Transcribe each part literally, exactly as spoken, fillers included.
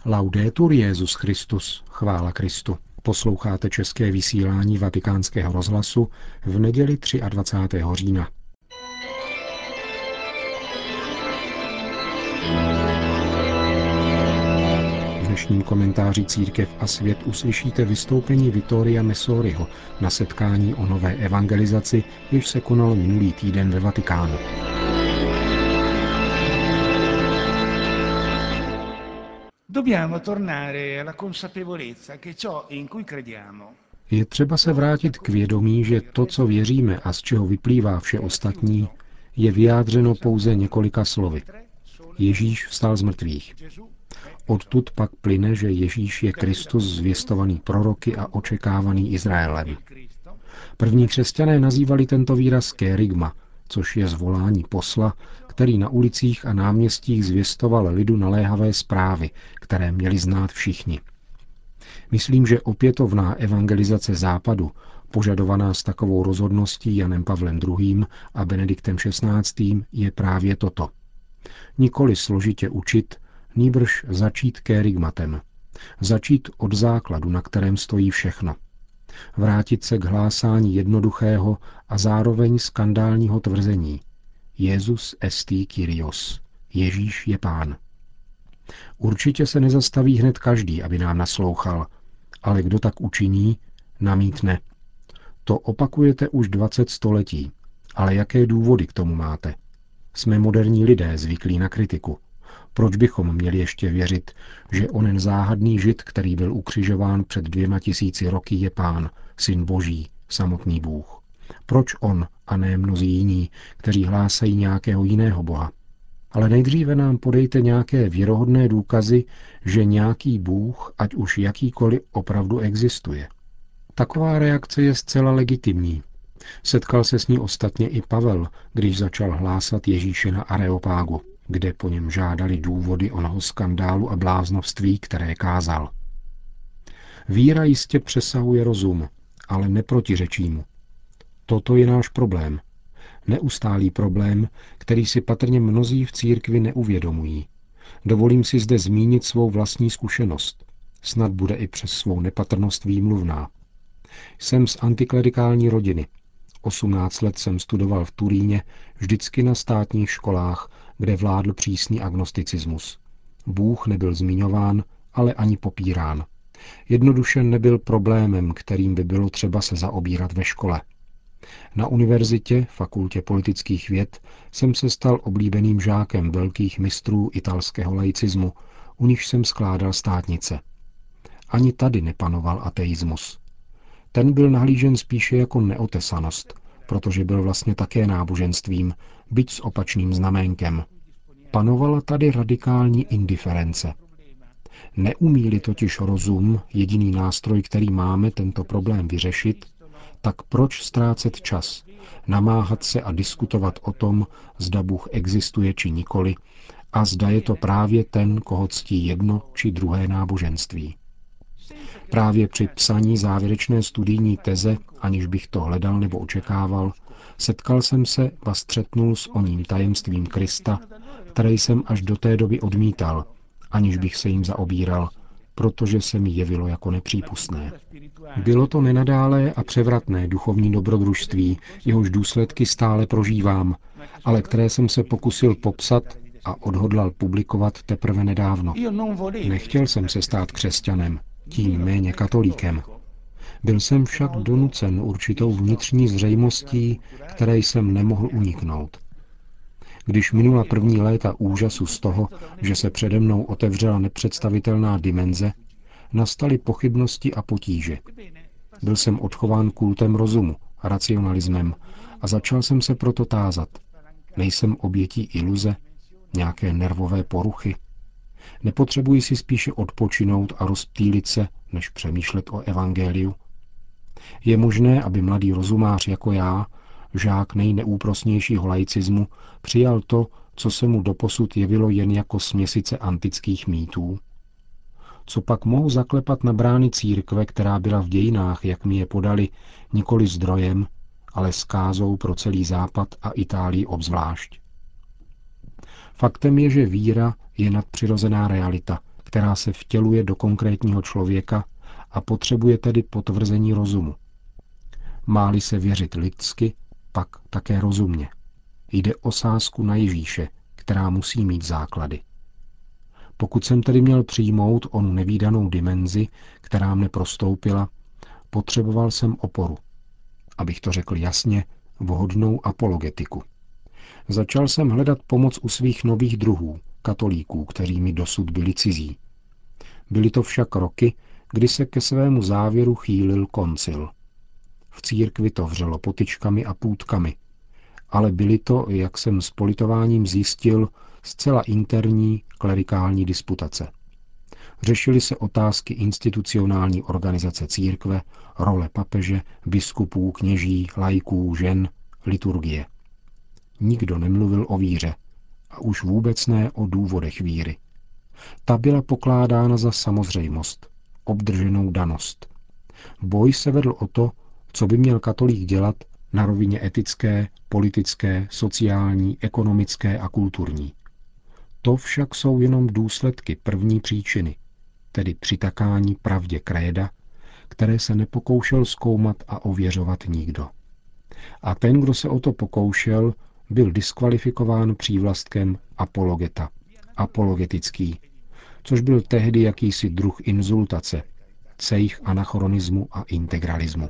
Laudetur Jesus Christus, chvála Kristu. Posloucháte české vysílání Vatikánského rozhlasu v neděli dvacátého třetího října. V dnešním komentáři Církev a svět uslyšíte vystoupení Vittoria Messoriho na setkání o nové evangelizaci, jež se konalo minulý týden ve Vatikánu. Je třeba se vrátit k vědomí, že to, co věříme a z čeho vyplývá vše ostatní, je vyjádřeno pouze několika slovy. Ježíš vstal z mrtvých. Odtud pak plyne, že Ježíš je Kristus zvěstovaný proroky a očekávaný Izraelem. První křesťané nazývali tento výraz kérygma, což je zvolání posla, který na ulicích a náměstích zvěstoval lidu naléhavé zprávy, které měli znát všichni. Myslím, že opětovná evangelizace Západu, požadovaná s takovou rozhodností Janem Pavlem druhým. A Benediktem šestnáctým. je právě toto. Nikoli složitě učit, nýbrž začít kérygmatem. Začít od základu, na kterém stojí všechno. Vrátit se k hlásání jednoduchého a zároveň skandálního tvrzení. Jesus esti Kyrios. Ježíš je Pán. Určitě se nezastaví hned každý, aby nám naslouchal, ale kdo tak učiní, namítne. To opakujete už dvacet století, ale jaké důvody k tomu máte? Jsme moderní lidé zvyklí na kritiku. Proč bychom měli ještě věřit, že onen záhadný Žid, který byl ukřižován před dvěma tisíci roky, je Pán, Syn Boží, samotný Bůh? Proč on a ne mnozí jiní, kteří hlásají nějakého jiného Boha? Ale nejdříve nám podejte nějaké věrohodné důkazy, že nějaký Bůh, ať už jakýkoliv, opravdu existuje. Taková reakce je zcela legitimní. Setkal se s ní ostatně i Pavel, když začal hlásat Ježíše na Areopágu, kde po něm žádali důvody onoho skandálu a bláznovství, které kázal. Víra jistě přesahuje rozum, ale neprotiřečí mu. Toto je náš problém. Neustálý problém, který si patrně mnozí v církvi neuvědomují. Dovolím si zde zmínit svou vlastní zkušenost. Snad bude i přes svou nepatrnost výmluvná. Jsem z antiklerikální rodiny. osmnáct let jsem studoval v Turíně, vždycky na státních školách, kde vládl přísný agnosticismus. Bůh nebyl zmiňován, ale ani popírán. Jednoduše nebyl problémem, kterým by bylo třeba se zaobírat ve škole. Na univerzitě, fakultě politických věd, jsem se stal oblíbeným žákem velkých mistrů italského laicismu, u nichž jsem skládal státnice. Ani tady nepanoval ateismus. Ten byl nahlížen spíše jako neotesanost, protože byl vlastně také náboženstvím, byť s opačným znaménkem. Panovala tady radikální indiference. Neumí-li totiž rozum, jediný nástroj, který máme tento problém vyřešit, tak proč ztrácet čas, namáhat se a diskutovat o tom, zda Bůh existuje či nikoli, a zda je to právě ten, koho ctí jedno či druhé náboženství. Právě při psaní závěrečné studijní teze, aniž bych to hledal nebo očekával, setkal jsem se a střetnul s oním tajemstvím Krista, které jsem až do té doby odmítal, aniž bych se jim zaobíral, protože se mi jevilo jako nepřípustné. Bylo to nenadálé a převratné duchovní dobrodružství, jehož důsledky stále prožívám, ale které jsem se pokusil popsat a odhodlal publikovat teprve nedávno. Nechtěl jsem se stát křesťanem, tím méně katolíkem. Byl jsem však donucen určitou vnitřní zřejmostí, které jsem nemohl uniknout. Když minula první léta úžasu z toho, že se přede mnou otevřela nepředstavitelná dimenze, nastaly pochybnosti a potíže. Byl jsem odchován kultem rozumu, racionalismem a začal jsem se proto tázat. Nejsem obětí iluze, nějaké nervové poruchy? Nepotřebuji si spíše odpočinout a rozptýlit se, než přemýšlet o evangeliu? Je možné, aby mladý rozumář jako já, žák nejneúprosnějšího laicismu, přijal to, co se mu doposud jevilo jen jako směsice antických mýtů? Co pak mohu zaklepat na brány církve, která byla v dějinách, jak mi je podali, nikoli zdrojem, ale zkázou pro celý Západ a Itálii obzvlášť? Faktem je, že víra je nadpřirozená realita, která se vtěluje do konkrétního člověka a potřebuje tedy potvrzení rozumu. Má-li se věřit lidsky, pak také rozumně. Jde o sázku na Ježíše, která musí mít základy. Pokud jsem tedy měl přijmout onu nevídanou dimenzi, která mne prostoupila, potřeboval jsem oporu. Abych to řekl jasně, vhodnou apologetiku. Začal jsem hledat pomoc u svých nových druhů, katolíků, kteří mi dosud byli cizí. Byly to však roky, kdy se ke svému závěru chýlil koncil. V církvi to vřelo potyčkami a půtkami, ale byly to, jak jsem s politováním zjistil, zcela interní klerikální disputace. Řešily se otázky institucionální organizace církve, role papeže, biskupů, kněží, laiků, žen, liturgie. Nikdo nemluvil o víře, a už vůbec ne o důvodech víry. Ta byla pokládána za samozřejmost, obdrženou danost. Boj se vedl o to, co by měl katolík dělat na rovině etické, politické, sociální, ekonomické a kulturní. To však jsou jenom důsledky první příčiny, tedy přitakání pravdě kréda, které se nepokoušel zkoumat a ověřovat nikdo. A ten, kdo se o to pokoušel, byl diskvalifikován přívlastkem apologeta, apologetický, což byl tehdy jakýsi druh insultace, cejch anachronismu a integralismu.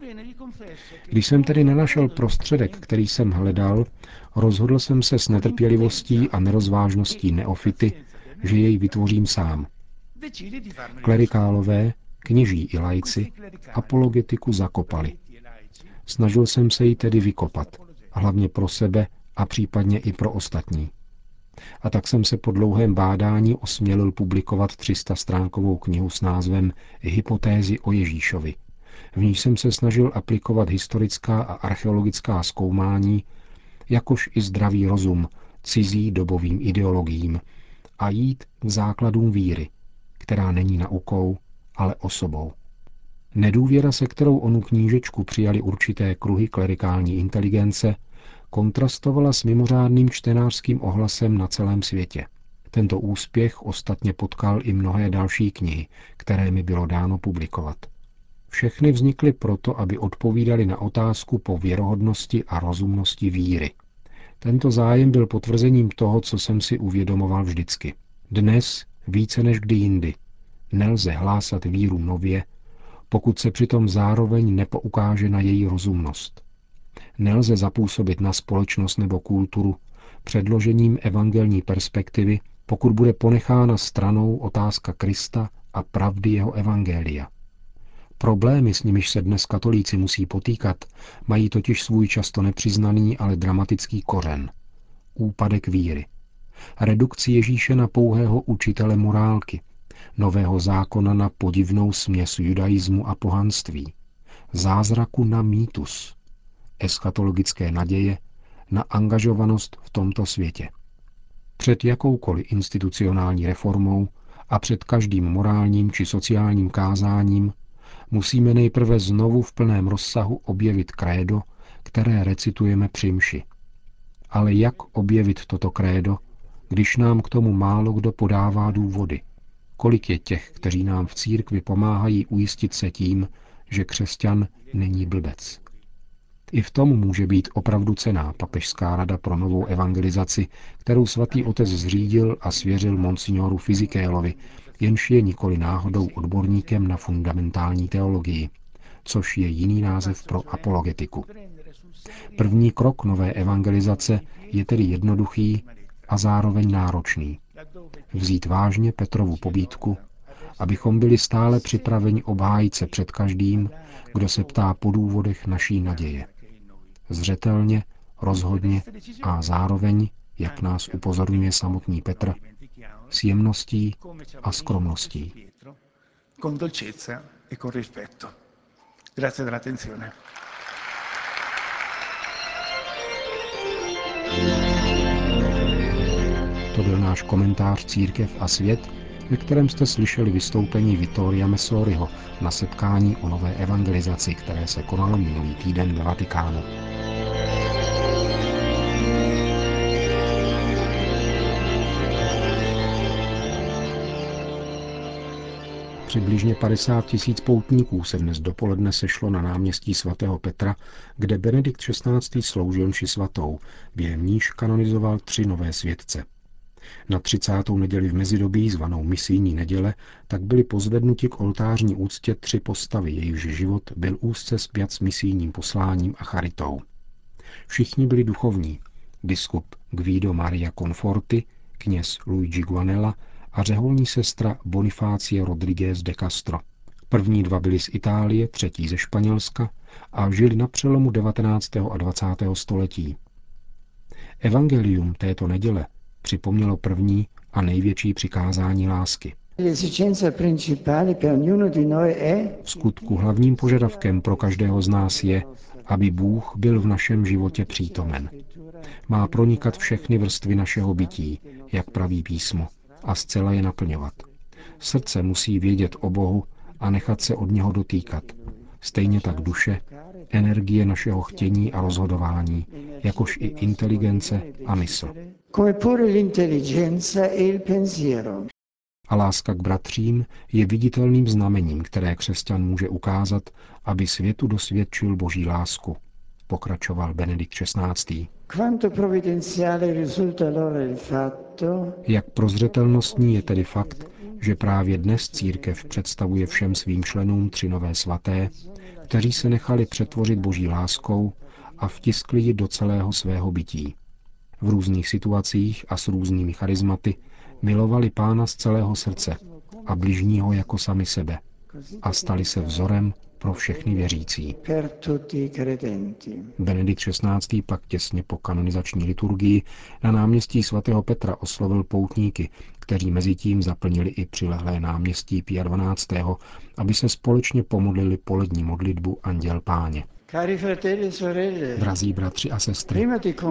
Když jsem tedy nenašel prostředek, který jsem hledal, rozhodl jsem se s netrpělivostí a nerozvážností neofity, že jej vytvořím sám. Klerikálové, kněží i laici, apologetiku zakopali. Snažil jsem se ji tedy vykopat, hlavně pro sebe a případně i pro ostatní. A tak jsem se po dlouhém bádání osmělil publikovat třistastránkovou knihu s názvem Hypotézy o Ježíšovi. V ní jsem se snažil aplikovat historická a archeologická zkoumání, jakož i zdravý rozum cizí dobovým ideologiím a jít k základům víry, která není naukou, ale osobou. Nedůvěra, se kterou onu knížečku přijali určité kruhy klerikální inteligence, kontrastovala s mimořádným čtenářským ohlasem na celém světě. Tento úspěch ostatně potkal i mnohé další knihy, které mi bylo dáno publikovat. Všechny vznikly proto, aby odpovídali na otázku po věrohodnosti a rozumnosti víry. Tento zájem byl potvrzením toho, co jsem si uvědomoval vždycky. Dnes, více než kdy jindy, nelze hlásat víru nově, pokud se přitom zároveň nepoukáže na její rozumnost. Nelze zapůsobit na společnost nebo kulturu předložením evangelní perspektivy, pokud bude ponechána stranou otázka Krista a pravdy jeho evangelia. Problémy, s nimiž se dnes katolíci musí potýkat, mají totiž svůj často nepřiznaný, ale dramatický kořen. Úpadek víry. Redukci Ježíše na pouhého učitele morálky, nového zákona na podivnou směs judaismu a pohanství, zázraku na mýtus, eschatologické naděje na angažovanost v tomto světě. Před jakoukoliv institucionální reformou a před každým morálním či sociálním kázáním musíme nejprve znovu v plném rozsahu objevit krédo, které recitujeme při mši. Ale jak objevit toto krédo, když nám k tomu málo kdo podává důvody? Kolik je těch, kteří nám v církvi pomáhají ujistit se tím, že křesťan není blbec? I v tom může být opravdu cenná papežská rada pro novou evangelizaci, kterou svatý otec zřídil a svěřil monsignoru Fisikélovi, jenž je nikoli náhodou odborníkem na fundamentální teologii, což je jiný název pro apologetiku. První krok nové evangelizace je tedy jednoduchý a zároveň náročný. Vzít vážně Petrovu pobídku, abychom byli stále připraveni obhájit se před každým, kdo se ptá po důvodech naší naděje. Zřetelně, rozhodně a zároveň, jak nás upozorňuje samotný Petr, s jemností a skromností. To byl náš komentář Církev a svět, ve kterém jste slyšeli vystoupení Vittoria Messoriho na setkání o nové evangelizaci, které se konalo minulý týden ve Vatikánu. Přibližně padesát tisíc poutníků se dnes dopoledne sešlo na náměstí svatého Petra, kde Benedikt šestnáctý sloužil mši svatou, během níž kanonizoval tři nové světce. Na třicátou neděli v mezidobí, zvanou misijní neděle, tak byli pozvednuti k oltářní úctě tři postavy, jejichž život byl úzce spjat s misijním posláním a charitou. Všichni byli duchovní. Biskup Guido Maria Conforti, kněz Luigi Guanella a řeholní sestra Bonifácie Rodriguez de Castro. První dva byli z Itálie, třetí ze Španělska a žili na přelomu devatenáctého a dvacátého století. Evangelium této neděle připomnělo první a největší přikázání lásky. V skutku hlavním požadavkem pro každého z nás je, aby Bůh byl v našem životě přítomen. Má pronikat všechny vrstvy našeho bytí, jak praví písmo, a zcela je naplňovat. Srdce musí vědět o Bohu a nechat se od něho dotýkat. Stejně tak duše, energie našeho chtění a rozhodování, jakož i inteligence a mysl. A láska k bratřím je viditelným znamením, které křesťan může ukázat, aby světu dosvědčil Boží lásku, pokračoval Benedikt šestnáctý. Jak prozřetelnostní je tedy fakt, že právě dnes církev představuje všem svým členům tři nové svaté, kteří se nechali přetvořit Boží láskou a vtiskli ji do celého svého bytí. V různých situacích a s různými charizmaty milovali Pána z celého srdce a bližního jako sami sebe a stali se vzorem pro všechny věřící. Benedikt šestnáctý pak těsně po kanonizační liturgii na náměstí svatého Petra oslovil poutníky, kteří mezitím zaplnili i přilehlé náměstí Pia dvanáctého, aby se společně pomodlili polední modlitbu Anděl Páně. Drazí bratři a sestry,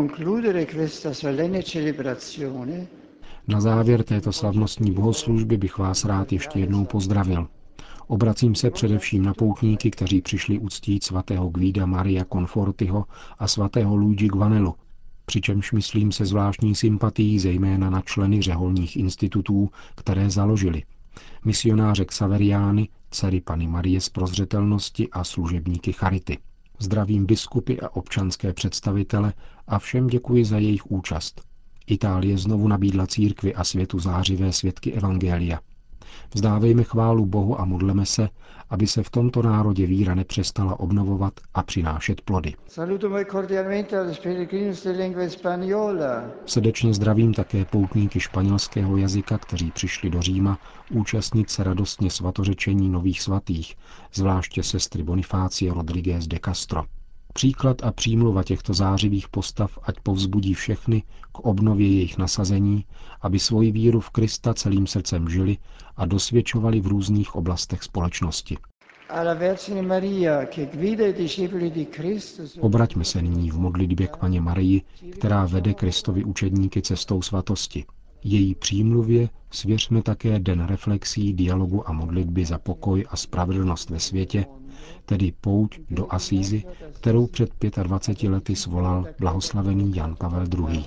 na závěr této slavnostní bohoslužby bych vás rád ještě jednou pozdravil. Obracím se především na poutníky, kteří přišli uctít svatého Guida Maria Confortiho a svatého Luigi Guanellu, přičemž myslím se zvláštní sympatií zejména na členy řeholních institutů, které založili. Misionáře Xaveriány, dcery Panny Marie z prozřetelnosti a služebníky charity. Zdravím biskupy a občanské představitele a všem děkuji za jejich účast. Itálie znovu nabídla církvi a světu zářivé svědky evangelia. Vzdávejme chválu Bohu a modleme se, aby se v tomto národě víra nepřestala obnovovat a přinášet plody. Srdečně zdravím také poutníky španělského jazyka, kteří přišli do Říma účastnit se radostně svatořečení nových svatých, zvláště sestry Bonifácie Rodriguez de Castro. Příklad a přímluva těchto zářivých postav ať povzbudí všechny k obnově jejich nasazení, aby svoji víru v Krista celým srdcem žili a dosvědčovali v různých oblastech společnosti. Obraťme se nyní v modlitbě k Panně Marii, která vede Kristovi učedníky cestou svatosti. Její přímluvě svěřme také den reflexí, dialogu a modlitby za pokoj a spravedlnost ve světě, tedy pouť do Asízy, kterou před dvaceti pěti lety svolal blahoslavený Jan Pavel druhý.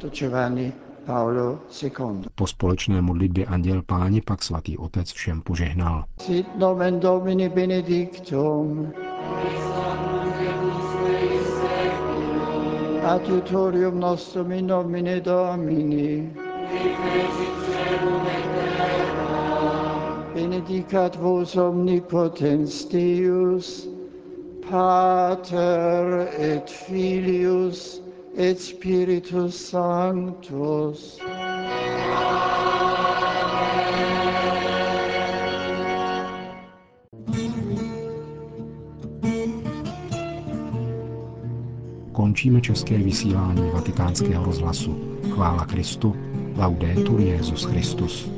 Po společné modlitbě Anděl Páně pak svatý otec všem požehnal. Sit nomen Domini benedictum. Adiutorium nostrum in nomine Domini. Benedicat vos omnipotens Deus, Pater et Filius et Spiritus Sanctus. Končíme české vysílání Vatikánského rozhlasu. Chvála Kristu, laudetur Jesus Christus.